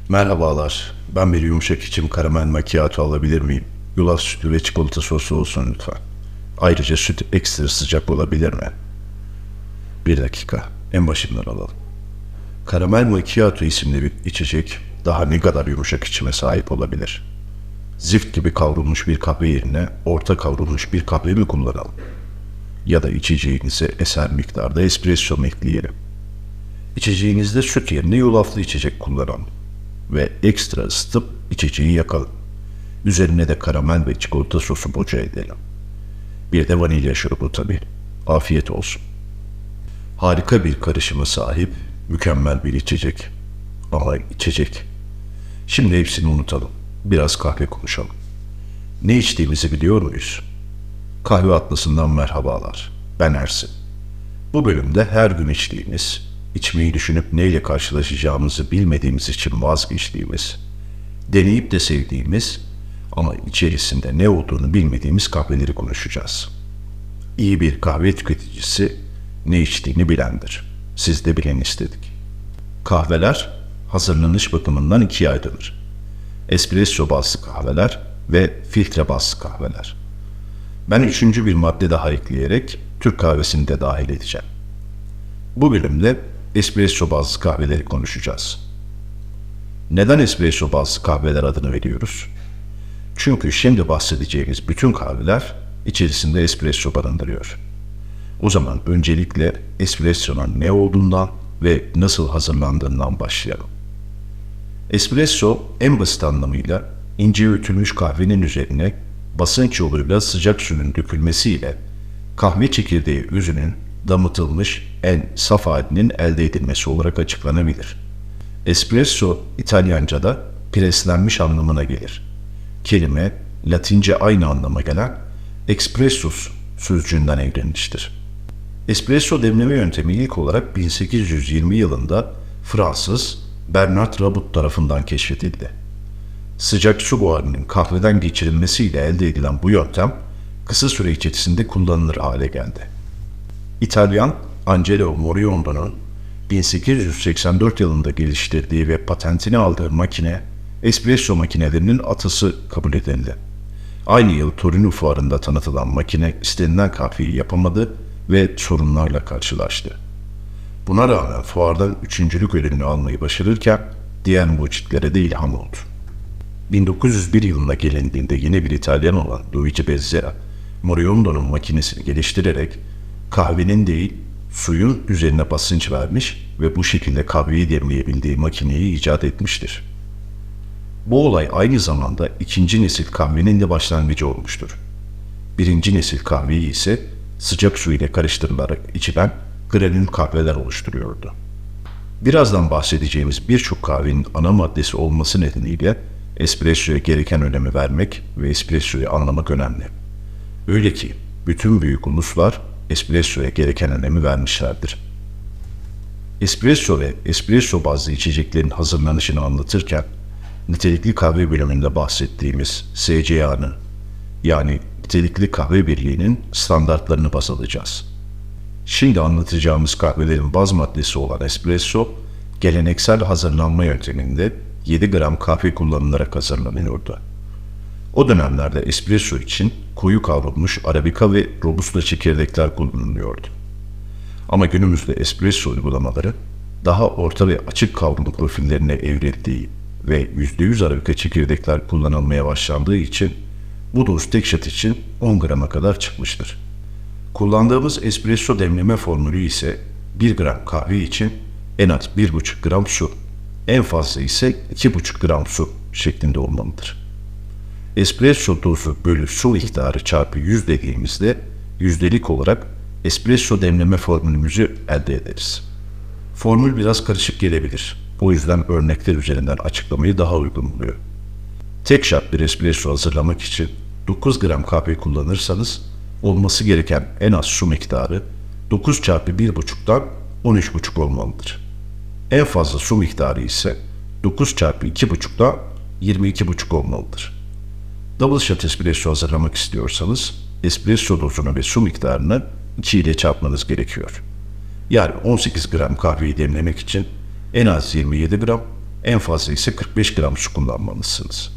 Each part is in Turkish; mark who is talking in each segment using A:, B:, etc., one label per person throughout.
A: Merhabalar, ben bir yumuşak içim karamel macchiato alabilir miyim? Yulaf sütü ve çikolata sosu olsun lütfen. Ayrıca süt ekstra sıcak olabilir mi? Bir dakika, en başından alalım. Karamel macchiato isimli bir içecek daha ne kadar yumuşak içime sahip olabilir? Zift gibi kavrulmuş bir kahve yerine orta kavrulmuş bir kahve mi kullanalım? Ya da içeceğinize eser miktarda espresso mu ekleyelim? İçeceğinizde süt yerine yulaflı içecek kullanalım. Ve ekstra ısıtıp içeceği yakalım. Üzerine de karamel ve çikolata sosu boca edelim. Bir de vanilya şurubu tabii. Afiyet olsun. Harika bir karışıma sahip, mükemmel bir içecek. Ama içecek. Şimdi hepsini unutalım. Biraz kahve konuşalım. Ne içtiğimizi biliyor muyuz? Kahve Atlası'ndan merhabalar. Ben Ersin. Bu bölümde her gün içmeyi düşünüp neyle karşılaşacağımızı bilmediğimiz için vazgeçtiğimiz, deneyip de sevdiğimiz ama içerisinde ne olduğunu bilmediğimiz kahveleri konuşacağız. İyi bir kahve tüketicisi ne içtiğini bilendir. Siz de bilen istedik. Kahveler hazırlanış bakımından ikiye ayrılır. Espresso bazlı kahveler ve filtre bazlı kahveler. Ben üçüncü bir madde daha ekleyerek Türk kahvesini de dahil edeceğim. Bu bölümde espresso bazlı kahveleri konuşacağız. Neden espresso bazlı kahveler adını veriyoruz? Çünkü şimdi bahsedeceğimiz bütün kahveler içerisinde espresso barındırıyor. O zaman öncelikle espresso'nun ne olduğundan ve nasıl hazırlandığından başlayalım. Espresso en basit anlamıyla ince öğütülmüş kahvenin üzerine basınç yoluyla sıcak suyun dökülmesiyle kahve çekirdeği özünün damıtılmış en saf halinin elde edilmesi olarak açıklanabilir. Espresso İtalyanca'da preslenmiş anlamına gelir. Kelime Latince aynı anlama gelen expressus sözcüğünden evrilmiştir. Espresso demleme yöntemi ilk olarak 1820 yılında Fransız Bernard Rabut tarafından keşfedildi. Sıcak su buharının kahveden geçirilmesiyle elde edilen bu yöntem kısa süre içerisinde kullanılır hale geldi. İtalyan Angelo Moriondo'nun 1884 yılında geliştirdiği ve patentini aldığı makine, espresso makinelerinin atası kabul edildi. Aynı yıl Torino fuarında tanıtılan makine istenilen kahveyi yapamadı ve sorunlarla karşılaştı. Buna rağmen fuardan üçüncülük ödülünü almayı başarırken diğer mucitlere de ilham oldu. 1901 yılında gelindiğinde yine bir İtalyan olan Luigi Bezzera, Moriondo'nun makinesini geliştirerek kahvenin değil, suyun üzerine basınç vermiş ve bu şekilde kahveyi demleyebildiği makineyi icat etmiştir. Bu olay aynı zamanda ikinci nesil kahvenin de başlangıcı olmuştur. Birinci nesil kahveyi ise sıcak su ile karıştırılarak içilen granül kahveler oluşturuyordu. Birazdan bahsedeceğimiz birçok kahvenin ana maddesi olması nedeniyle espressoya gereken önemi vermek ve espressoyu anlamak önemli. Öyle ki bütün büyük uluslar espressoya gereken önemi vermişlerdir. Espresso ve espresso bazlı içeceklerin hazırlanışını anlatırken nitelikli kahve bölümünde bahsettiğimiz SCA'nın yani nitelikli kahve birliğinin standartlarını baz alacağız. Şimdi anlatacağımız kahvelerin baz maddesi olan espresso, geleneksel hazırlanma yönteminde 7 gram kahve kullanılarak hazırlanıyordu. O dönemlerde espresso için koyu kavrulmuş arabika ve robusta çekirdekler kullanılıyordu. Ama günümüzde espresso uygulamaları daha orta ve açık kavrulma profillerine evrildiği ve %100 arabika çekirdekler kullanılmaya başlandığı için bu doz tek shot için 10 grama kadar çıkmıştır. Kullandığımız espresso demleme formülü ise 1 gram kahve için en az 1,5 gram su, en fazla ise 2,5 gram su şeklinde olmalıdır. Espresso dozu bölü su miktarı çarpı 100 dediğimizde yüzdelik olarak espresso demleme formülümüzü elde ederiz. Formül biraz karışık gelebilir. O yüzden örnekler üzerinden açıklamayı daha uygun buluyor. Tek shot bir espresso hazırlamak için 9 gram kahve kullanırsanız olması gereken en az su miktarı 9 çarpı 1,5'tan 13,5 olmalıdır. En fazla su miktarı ise 9 çarpı 2,5'dan 22,5 olmalıdır. Double shot espresso hazırlamak istiyorsanız espresso dozunu ve su miktarını 2 ile çarpmanız gerekiyor. Yani 18 gram kahveyi demlemek için en az 27 gram, En fazla ise 45 gram su kullanmalısınız.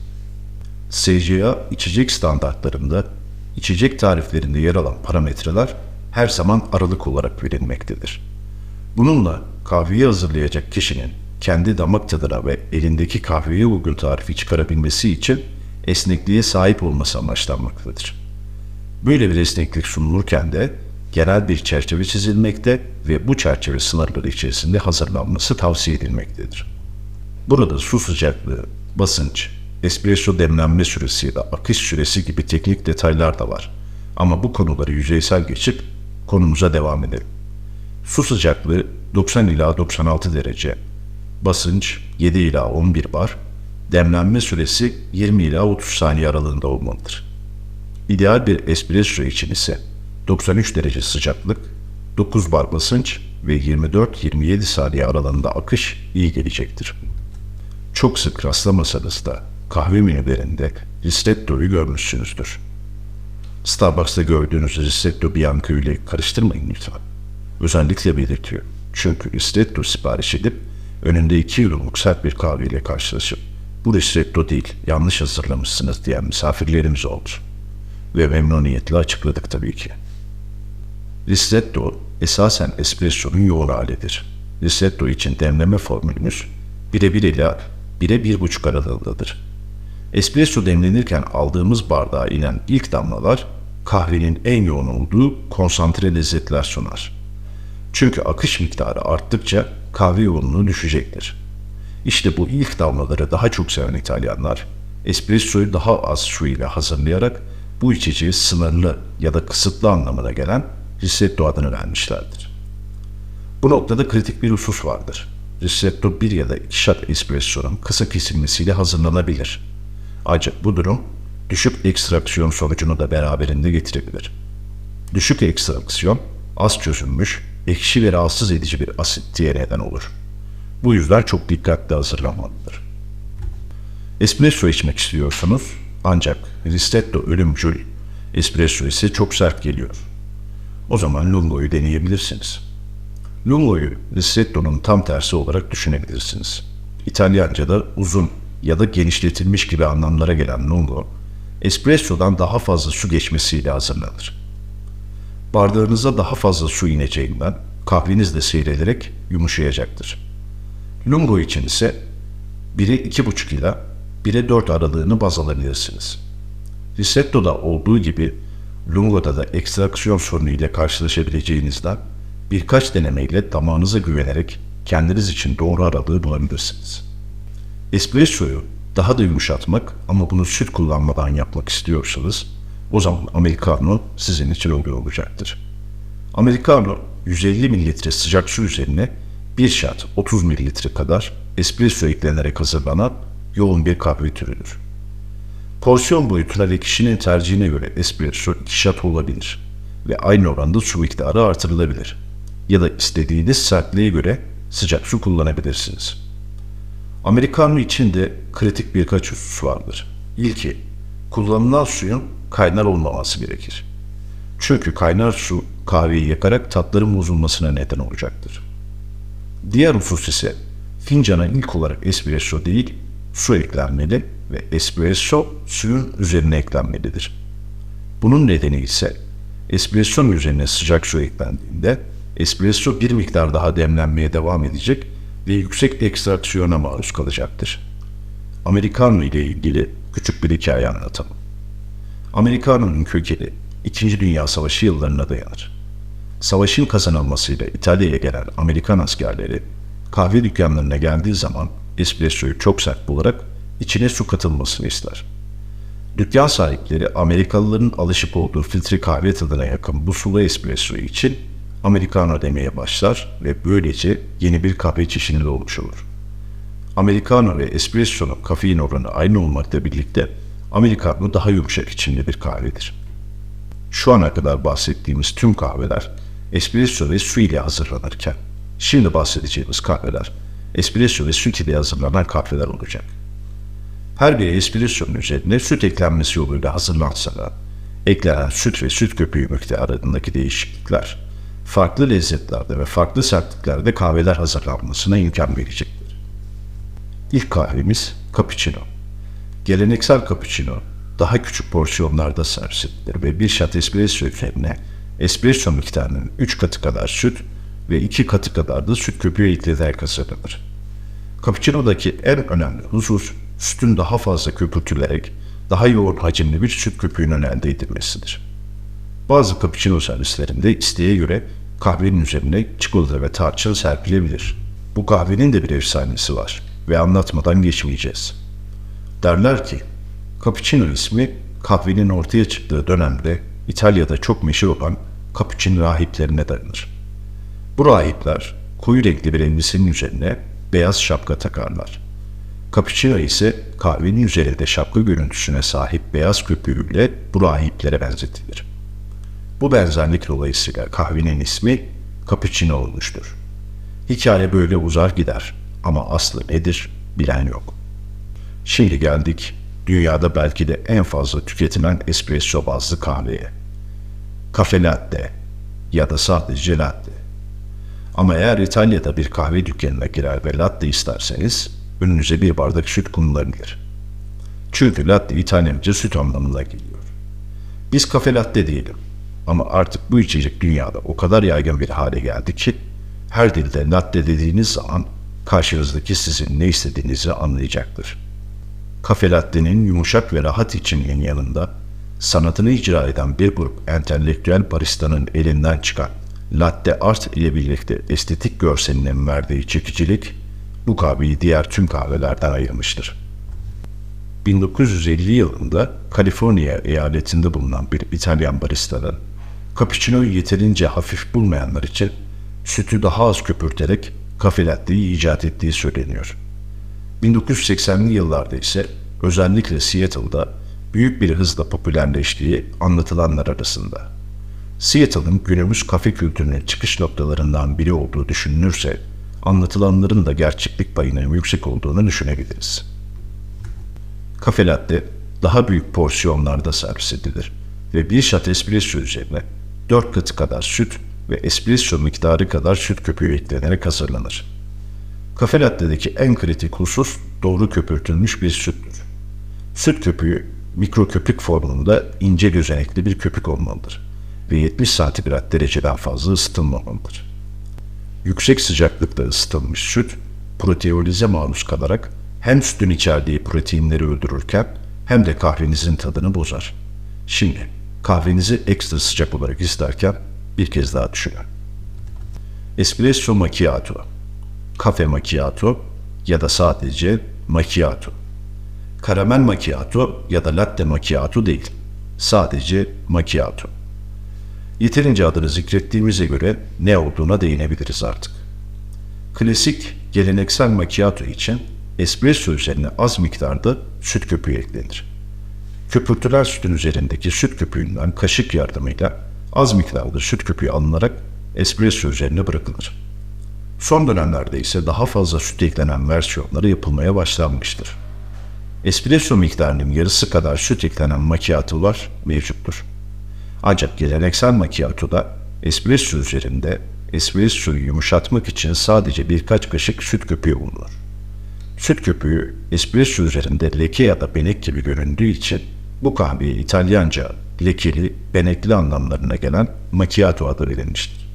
A: SCA içecek standartlarında, içecek tariflerinde yer alan parametreler her zaman aralık olarak verilmektedir. Bununla kahveyi hazırlayacak kişinin kendi damak tadına ve elindeki kahveye uygun tarifi çıkarabilmesi için esnekliğe sahip olması amaçlanmaktadır. Böyle bir esneklik sunulurken de genel bir çerçeve çizilmekte ve bu çerçeve sınırları içerisinde hazırlanması tavsiye edilmektedir. Burada su sıcaklığı, basınç, espresso demlenme süresi ya da akış süresi gibi teknik detaylar da var. Ama bu konuları yüzeysel geçip konumuza devam edelim. Su sıcaklığı 90 ila 96 derece, basınç 7 ila 11 bar, demlenme süresi 20 ila 30 saniye aralığında olmalıdır. İdeal bir espresso için ise 93 derece sıcaklık, 9 bar basınç ve 24-27 saniye aralığında akış iyi gelecektir. Çok sık rastlamasanız da kahve menülerinde ristretto'yu görmüşsünüzdür. Starbucks'ta gördüğünüz ristretto bianco ile karıştırmayın lütfen. Özellikle belirtiyor. Çünkü ristretto sipariş edip önünde 2 euroluk sert bir kahve ile karşılaşıp bu ristretto değil, yanlış hazırlamışsınız diyen misafirlerimiz oldu. Ve memnuniyetle açıkladık tabii ki. Ristretto esasen espresso'nun yoğun halidir. Ristretto için demleme formülümüz 1'e 1 ila 1'e 1,5 aralığındadır. Espresso demlenirken aldığımız bardağa inen ilk damlalar kahvenin en yoğun olduğu konsantre lezzetler sunar. Çünkü akış miktarı arttıkça kahve yoğunluğu düşecektir. İşte bu ilk damlaları daha çok seven İtalyanlar, espressoyu daha az su ile hazırlayarak bu içeceği sınırlı ya da kısıtlı anlamına gelen ristretto adını vermişlerdir. Bu noktada kritik bir husus vardır. Ristretto 1 ya da 2 shot espresso'nun kısa kesilmesiyle hazırlanabilir. Ancak bu durum düşük ekstraksiyon sonucunu da beraberinde getirebilir. Düşük ekstraksiyon, az çözülmüş, ekşi ve rahatsız edici bir asitliğe neden olur. Bu yüzden çok dikkatli hazırlanmalıdır. Espresso içmek istiyorsanız ancak ristretto ölümcül, espresso ise çok sert geliyor. O zaman lungo'yu deneyebilirsiniz. Lungo'yu ristretto'nun tam tersi olarak düşünebilirsiniz. İtalyanca'da uzun ya da genişletilmiş gibi anlamlara gelen lungo, espresso'dan daha fazla su geçmesiyle hazırlanır. Bardağınıza daha fazla su ineceğinden kahveniz de seyrelerek yumuşayacaktır. Lungo için ise 1'e 2,5 ila 1'e 4 aralığını baz alabilirsiniz. Ristretto'da olduğu gibi lungo'da da ekstraksiyon sorunu ile karşılaşabileceğinizden birkaç denemeyle damağınıza güvenerek kendiniz için doğru aralığı bulabilirsiniz. Espresso'yu daha da yumuşatmak ama bunu süt kullanmadan yapmak istiyorsanız o zaman Americano sizin için uygun olacaktır. Americano 150 ml sıcak su üzerine 1 shot 30 ml kadar espresso eklenerek hazırlanan yoğun bir kahve türüdür. Porsiyon boyutuna ve kişinin tercihine göre espresso 2 shot olabilir ve aynı oranda su miktarı artırılabilir. Ya da istediğiniz sertliğe göre sıcak su kullanabilirsiniz. Americano için de kritik birkaç husus vardır. İlki, kullanılan suyun kaynar olmaması gerekir. Çünkü kaynar su kahveyi yakarak tatların bozulmasına neden olacaktır. Diğer husus ise fincana ilk olarak espresso değil, su eklenmeli ve espresso suyun üzerine eklenmelidir. Bunun nedeni ise espresso'nun üzerine sıcak su eklendiğinde espresso bir miktar daha demlenmeye devam edecek ve yüksek ekstraksiyona maruz kalacaktır. Americano ile ilgili küçük bir hikaye anlatalım. Americano'nun kökeni 2. Dünya Savaşı yıllarına dayanır. Savaşın kazanılmasıyla İtalya'ya gelen Amerikan askerleri kahve dükkanlarına geldiği zaman espressoyu çok sert bularak içine su katılmasını ister. Dükkan sahipleri Amerikalıların alışık olduğu filtre kahve tadına yakın bu sulu espresso için Americano demeye başlar ve böylece yeni bir kahve çeşidi oluşur. Americano ve espresso'nun kafein oranı aynı olmakla birlikte Americano daha yumuşak içimli bir kahvedir. Şu ana kadar bahsettiğimiz tüm kahveler espresso ve su ile hazırlanırken, şimdi bahsedeceğimiz kahveler espresso ve süt ile hazırlanan kahveler olacak. Her bir espresso'nun üzerine süt eklenmesi yoluyla hazırlansa da, eklenen süt ve süt köpüğü miktarındaki değişiklikler, farklı lezzetlerde ve farklı sertliklerde kahveler hazırlanmasına imkan verecektir. İlk kahvemiz cappuccino. Geleneksel cappuccino daha küçük porsiyonlarda servis edilir ve bir shot espresso üzerine espresso miktarının 3 katı kadar süt ve 2 katı kadar da süt köpüğü ekleyerek hazırlanır. Cappuccino'daki en önemli husus sütün daha fazla köpürtülerek daha yoğun hacimli bir süt köpüğünün elde edilmesidir. Bazı cappuccino servislerinde isteğe göre kahvenin üzerine çikolata ve tarçın serpilebilir. Bu kahvenin de bir efsanesi var ve anlatmadan geçmeyeceğiz. Derler ki, cappuccino ismi kahvenin ortaya çıktığı dönemde İtalya'da çok meşhur olan cappuccino rahiplerine dayanır. Bu rahipler koyu renkli bir elbisenin üzerine beyaz şapka takarlar. Cappuccino ise kahvenin üzerinde şapka görüntüsüne sahip beyaz köpüğüyle bu rahiplere benzetilir. Bu benzerlik dolayısıyla kahvenin ismi cappuccino olmuştur. Hikaye böyle uzar gider ama aslı nedir bilen yok. Şimdi geldik dünyada belki de en fazla tüketilen espresso bazlı kahveye. Cafe latte ya da sadece latte. Ama eğer İtalya'da bir kahve dükkanına girer ve latte isterseniz önünüze bir bardak süt konulabilir. Çünkü latte İtalyanca süt anlamına geliyor. Biz cafe latte diyelim ama artık bu içecek dünyada o kadar yaygın bir hale geldi ki her dilde latte dediğiniz zaman karşınızdaki sizin ne istediğinizi anlayacaktır. Cafe latte'nin yumuşak ve rahat içiminin yanında sanatını icra eden bir grup entelektüel baristanın elinden çıkan latte art ile birlikte estetik görselinin verdiği çekicilik bu kahveyi diğer tüm kahvelerden ayırmıştır. 1950 yılında Kaliforniya eyaletinde bulunan bir İtalyan baristanın cappuccino'yu yeterince hafif bulmayanlar için sütü daha az köpürterek cafe latte'yi icat ettiği söyleniyor. 1980'li yıllarda ise özellikle Seattle'da büyük bir hızla popülerleştiği anlatılanlar arasında. Seattle'ın günümüz kafe kültürünün çıkış noktalarından biri olduğu düşünülürse, anlatılanların da gerçeklik payının yüksek olduğunu düşünebiliriz. Cafe latte daha büyük porsiyonlarda servis edilir ve bir shot espresso üzerine 4 katı kadar süt ve espresso miktarı kadar süt köpüğü eklenerek hazırlanır. Cafe latte'deki en kritik husus doğru köpürtülmüş bir süttür. Süt köpüğü mikro köpük formunda ince gözenekli bir köpük olmalıdır ve 70 santigrat dereceden fazla ısıtılmamalıdır. Yüksek sıcaklıkta ısıtılmış süt, proteolize maruz kalarak hem sütün içerdiği proteinleri öldürürken hem de kahvenizin tadını bozar. Şimdi kahvenizi ekstra sıcak olarak isterken bir kez daha düşünün. Espresso macchiato, cafe macchiato ya da sadece macchiato. Karamel macchiato ya da latte macchiato değil, sadece macchiato. Yeterince adını zikrettiğimize göre ne olduğuna değinebiliriz artık. Klasik, geleneksel macchiato için espresso üzerine az miktarda süt köpüğü eklenir. Köpürtülen sütün üzerindeki süt köpüğünden kaşık yardımıyla az miktarda süt köpüğü alınarak espresso üzerine bırakılır. Son dönemlerde ise daha fazla süt eklenen versiyonları yapılmaya başlanmıştır. Espresso miktarının yarısı kadar süt eklenen macchiato'lar mevcuttur. Ancak geleneksel macchiato'da espresso üzerinde espressoyu yumuşatmak için sadece birkaç kaşık süt köpüğü bulunur. Süt köpüğü espresso üzerinde leke ya da benek gibi göründüğü için bu kahveye İtalyanca lekeli, benekli anlamlarına gelen macchiato adı verilmiştir.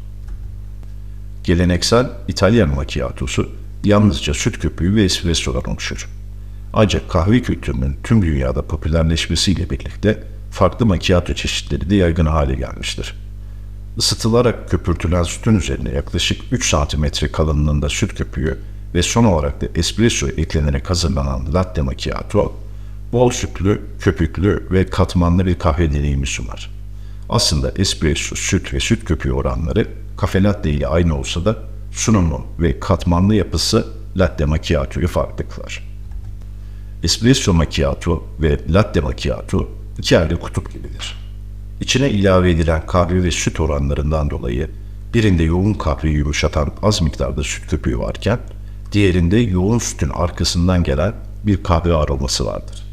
A: Geleneksel İtalyan macchiatosu yalnızca süt köpüğü ve espressodan oluşur. Ancak kahve kültürünün tüm dünyada popülerleşmesiyle birlikte farklı macchiato çeşitleri de yaygın hale gelmiştir. Isıtılarak köpürtülen sütün üzerine yaklaşık 3 cm kalınlığında süt köpüğü ve son olarak da espresso eklenerek hazırlanan latte macchiato, bol sütlü, köpüklü ve katmanlı bir kahve deneyimi sunar. Aslında espresso, süt ve süt köpüğü oranları cafe latte ile aynı olsa da sunumu ve katmanlı yapısı latte macchiato'yu farklı kılar. Espresso macchiato ve latte macchiato iki ayrı kutup gibidir. İçine ilave edilen kahve ve süt oranlarından dolayı birinde yoğun kahveyi yumuşatan az miktarda süt köpüğü varken diğerinde yoğun sütün arkasından gelen bir kahve aroması vardır.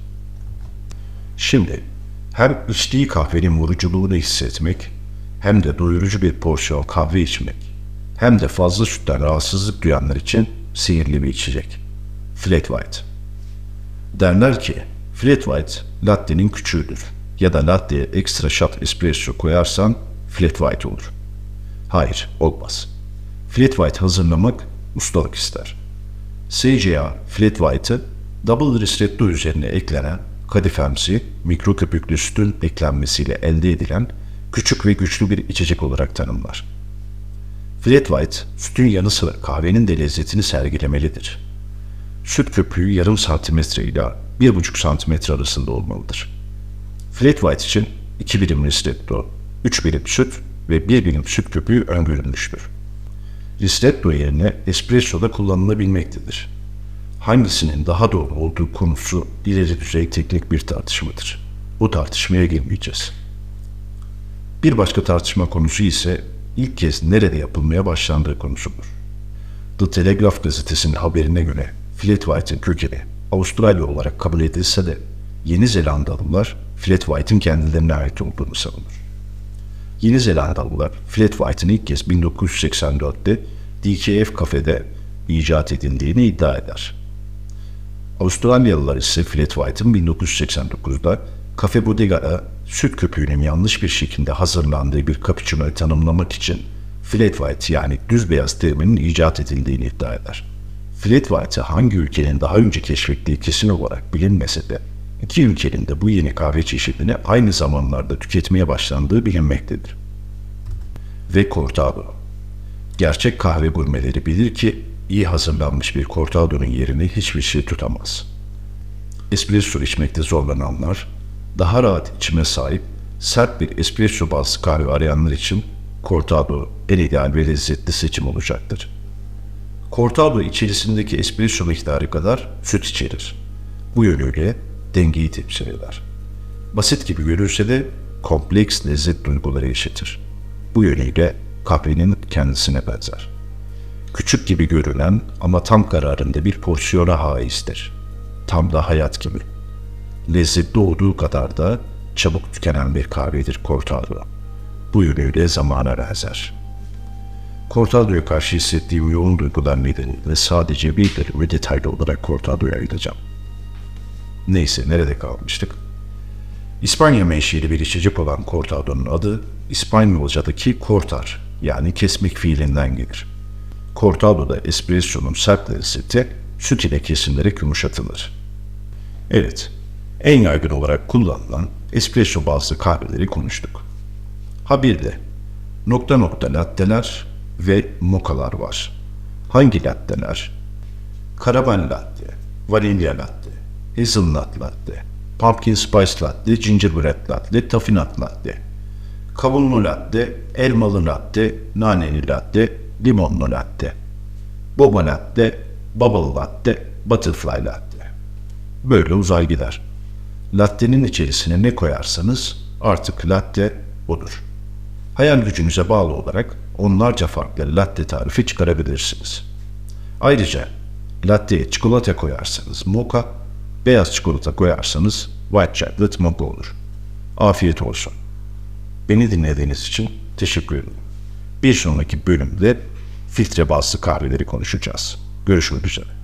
A: Şimdi hem içtiği kahvenin vuruculuğunu hissetmek, hem de doyurucu bir porsiyon kahve içmek, hem de fazla sütten rahatsızlık duyanlar için sihirli bir içecek. flat white. Derler ki flat white latte'nin küçüğüdür ya da latte'ye ekstra shot espresso koyarsan flat white olur. Hayır, olmaz. Flat white hazırlamak ustalık ister. SCA flat white'ı double ristretto üzerine eklenen kadifemsi mikro köpüklü sütün eklenmesiyle elde edilen küçük ve güçlü bir içecek olarak tanımlar. Flat white, sütün yanı sıra kahvenin de lezzetini sergilemelidir. Süt köpüğü yarım santimetre ile 1,5 santimetre arasında olmalıdır. Flat white için 2 birim ristretto, 3 birim süt ve 1 birim süt köpüğü öngörülmüştür. Ristretto yerine espresso da kullanılabilmektedir. Hangisinin daha doğru olduğu konusu ileri düzey teknik bir tartışmadır. Bu tartışmaya girmeyeceğiz. Bir başka tartışma konusu ise ilk kez nerede yapılmaya başlandığı konusudur. The Telegraph gazetesinin haberine göre flat white'ın kökeni Avustralya olarak kabul edilse de Yeni Zelandalılar flat white'ın kendilerine ait olduğunu savunur. Yeni Zelandalılar flat white'ın ilk kez 1984'te DKF kafede icat edildiğini iddia eder. Avustralyalılar ise flat white'ın 1989'da Cafe Bodega'da süt köpüğünün yanlış bir şekilde hazırlandığı bir cappuccino'yu tanımlamak için flat white yani düz beyaz teriminin icat edildiğini iddia eder. Flat white'ı hangi ülkenin daha önce keşfettiği kesin olarak bilinmese de iki ülkenin de bu yeni kahve çeşidini aynı zamanlarda tüketmeye başlandığı bilinmektedir. Ve cortado. Gerçek kahve gurmeleri bilir ki iyi hazırlanmış bir cortado'nun yerini hiçbir şey tutamaz. Espresso içmekte zorlananlar, daha rahat içime sahip sert bir espresso bazlı kahve arayanlar için cortado en ideal ve lezzetli seçim olacaktır. Cortado içerisindeki espresso miktarı kadar süt içerir. Bu yönüyle dengeyi temsil eder. Basit gibi görülse de kompleks lezzet duyguları yaşatır. Bu yönüyle kahvenin kendisine benzer. Küçük gibi görünen ama tam kararında bir porsiyona haizdir. Tam da hayat gibi. Lezzetli olduğu kadar da çabuk tükenen bir kahvedir cortado. Bu yönüyle zamana benzer. Cortado'ya karşı hissettiğim yoğun duygular nedeniyle sadece bir ve detaylı olarak cortado'ya ayıracağım. Neyse, nerede kalmıştık? İspanya menşeli bir içecek olan cortado'nun adı İspanyolca'daki cortar yani kesmek fiilinden gelir. Cortado'da espresso'nun sert lezzeti süt ile kesilerek yumuşatılır. Evet, en yaygın olarak kullanılan espresso bazlı kahveleri konuştuk. Ha bir de nokta nokta latteler ve mokalar var. Hangi latteler? Karamel latte, vanilya latte, hazelnut latte, pumpkin spice latte, gingerbread latte, tafinat latte, kavunlu latte, elmalı latte, naneli latte, limonlu latte, boba latte, bubble latte, butterfly latte. Böyle uzay gider. Latte'nin içerisine ne koyarsanız artık latte odur. Hayal gücünüze bağlı olarak onlarca farklı latte tarifi çıkarabilirsiniz. Ayrıca latte'ye çikolata koyarsanız mocha, beyaz çikolata koyarsanız white chocolate mocha olur. Afiyet olsun. Beni dinlediğiniz için teşekkür ederim. Bir sonraki bölümde filtre bazlı kahveleri konuşacağız. Görüşmek üzere.